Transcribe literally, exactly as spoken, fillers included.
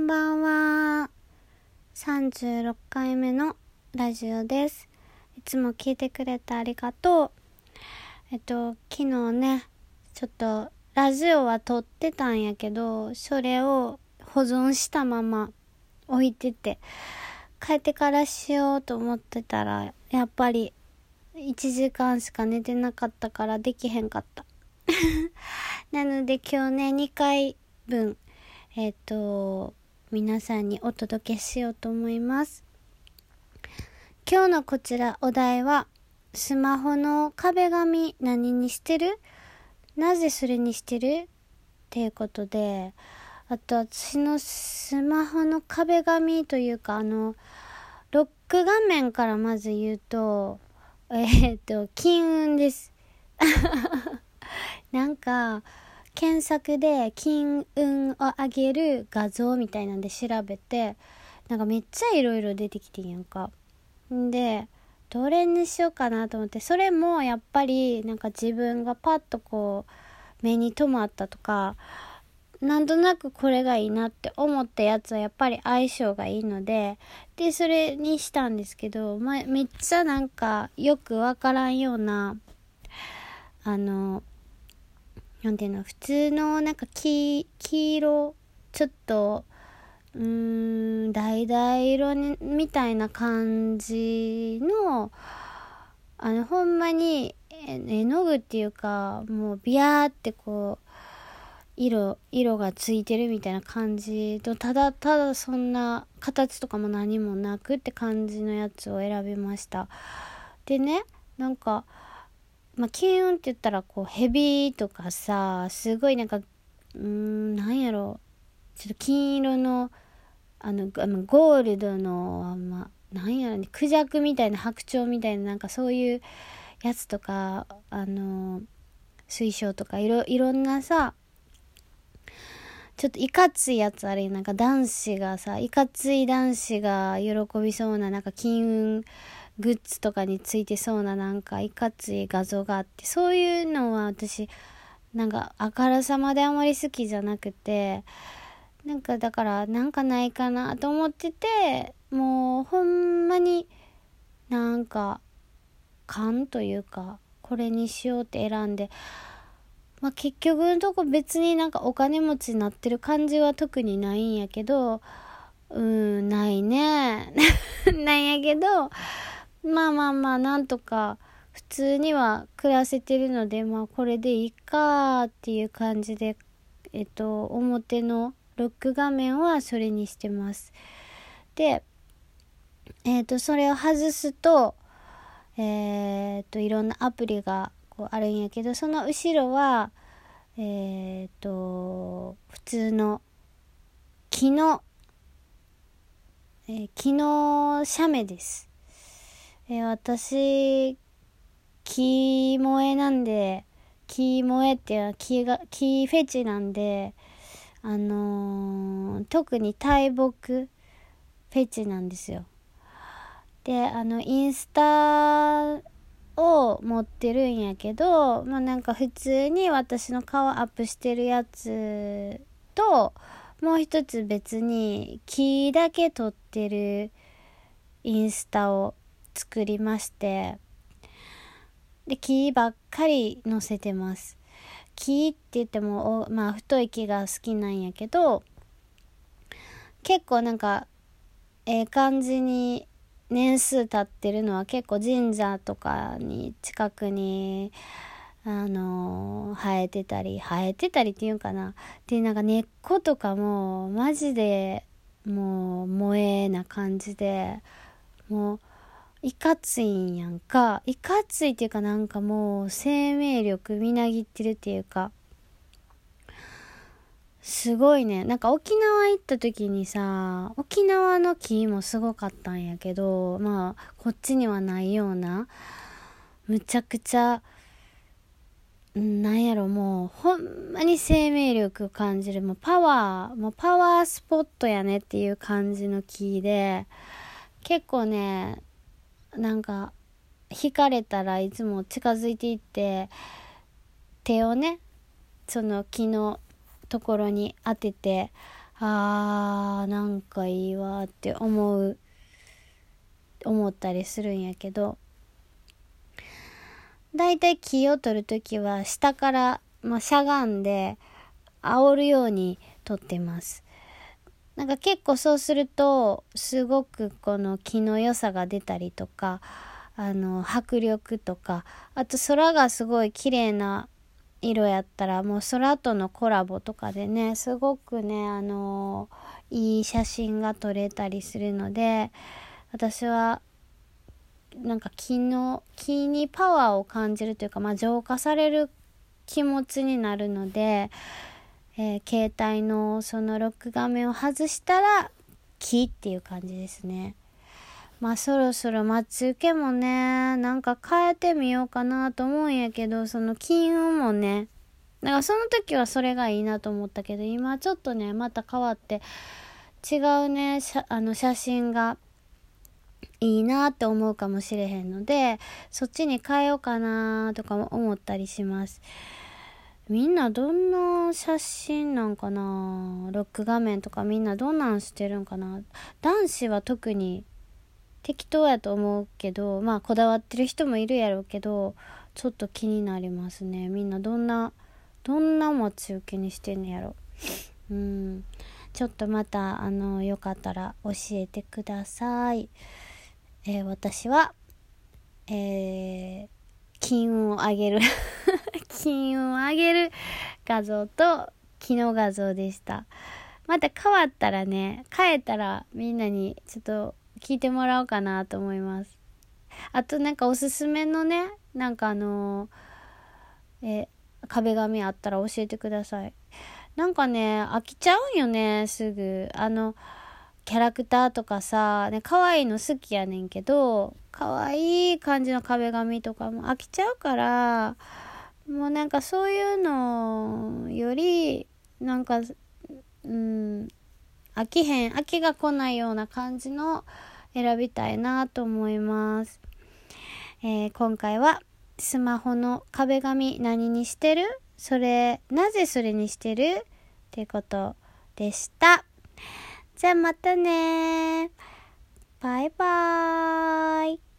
ばんは。さんじゅうろっかいめのラジオです。いつも聞いてくれてありがとう。えっと昨日ねちょっとラジオは撮ってたんやけど、それを保存したまま置いてて、帰ってからしようと思ってたらやっぱりいちじかんしか寝てなかったからできへんかったなので今日ねにかいぶんえっと皆さんにお届けしようと思います。今日のこちらお題は、スマホの壁紙何にしてる？なぜそれにしてる？っていうことで、あと私のスマホの壁紙というか、あのロック画面からまず言うと、えっと金運ですなんか検索で金運を上げる画像みたいなんで調べて、なんかめっちゃいろいろ出てきてんやんか。んでどれにしようかなと思って、それもやっぱりなんか自分がパッとこう目に留まったとか、なんとなくこれがいいなって思ったやつはやっぱり相性がいいので、でそれにしたんですけど、ま、めっちゃなんかよくわからんような、あのなんていうの、普通のなんか 黄, 黄色ちょっとうーん橙色にみたいな感じの、あのほんまに絵の具っていうか、もうビヤーってこう色色がついてるみたいな感じと、ただただそんな形とかも何もなくって感じのやつを選びました。でね、なんかまあ、金運って言ったらこうヘビとかさ、すごいなんかうーんなんやろ、ちょっと金色のあのゴールドの、まあ、なんやろね、クジャクみたいな白鳥みたいな、なんかそういうやつとか、あの水晶とかいろいろんなさ、ちょっといかついやつあれ、なんか男子がさ、いかつい男子が喜びそうな、なんか金運グッズとかについてそうな、なんかいかつい画像があって、そういうのは私なんかあからさまであまり好きじゃなくて、なんかだからなんかないかなと思ってて、もうほんまになんか勘というかこれにしようって選んで、まあ結局のとこ別になんかお金持ちになってる感じは特にないんやけど、うーんないねなんやけど、まあまあまあなんとか普通には暮らせてるので、まあこれでいいかっていう感じで、えっと表のロック画面はそれにしてます。でえっとそれを外すと、えっといろんなアプリがこうあるんやけど、その後ろはえっと普通の木の、えー、木の写メです。えー、私木萌えなんで、木萌えっていうのは木が木フェチなんで、あのー、特に大木フェチなんですよ。であのインスタを持ってるんやけど、まあなんか普通に私の顔アップしてるやつと、もう一つ別に木だけ撮ってるインスタを作りまして、で木ばっかり載せてます。木って言ってもまあ太い木が好きなんやけど、結構なんかええ感じに年数経ってるのは結構神社とかに近くにあのー、生えてたり生えてたりっていうんかな。でなんか根っことかもマジでもう萌えな感じで、もういかついんやんか。いかついっていうか、なんかもう生命力みなぎってるっていうか、すごいね。なんか沖縄行った時にさ、沖縄の木もすごかったんやけど、まあこっちにはないような、むちゃくちゃなんやろ、もうほんまに生命力感じる、もうパワーもうパワースポットやねっていう感じの木で、結構ね、なんか惹かれたらいつも近づいていって、手をねその木のところに当てて、 あーなんかいいわって思う思ったりするんやけど、だいたい木を取るときは下から、まあ、しゃがんで煽るように取ってます。なんか結構そうするとすごくこの木の良さが出たりとか、あの迫力とか、あと空がすごい綺麗な色やったらもう空とのコラボとかでね、すごくねあのいい写真が撮れたりするので、私はなんか木の木にパワーを感じるというか、まあ、浄化される気持ちになるので、えー、携帯のそのロック画面を外したら木っていう感じですね。まあそろそろ待ち受けもねなんか変えてみようかなと思うんやけど、その金運もね、だからその時はそれがいいなと思ったけど、今ちょっとねまた変わって違うねしゃあの写真がいいなって思うかもしれへんので、そっちに変えようかなとかも思ったりします。みんなどんな写真なんかな、ロック画面とかみんなどんなんしてるんかな。男子は特に適当やと思うけど、まあこだわってる人もいるやろうけど、ちょっと気になりますね。みんなどんなどんな待ち受けにしてんのやろ。うん、ちょっとまたあのよかったら教えてください。えー、私は、えー、金運を上げる金運を上げる画像と木の画像でした。また変わったらね、変えたらみんなにちょっと聞いてもらおうかなと思います。あとなんかおすすめのね、なんかあのー、え壁紙あったら教えてください。なんかね飽きちゃうんよねすぐ。あのキャラクターとかさ、ね、可愛いの好きやねんけど、可愛い感じの壁紙とかも飽きちゃうから、もうなんかそういうのよりなんかうん飽きへん飽きが来ないような感じの選びたいなと思います。えー、今回はスマホの壁紙何にしてる？それなぜそれにしてる？っていうことでした。じゃあまたね。バイバーイ。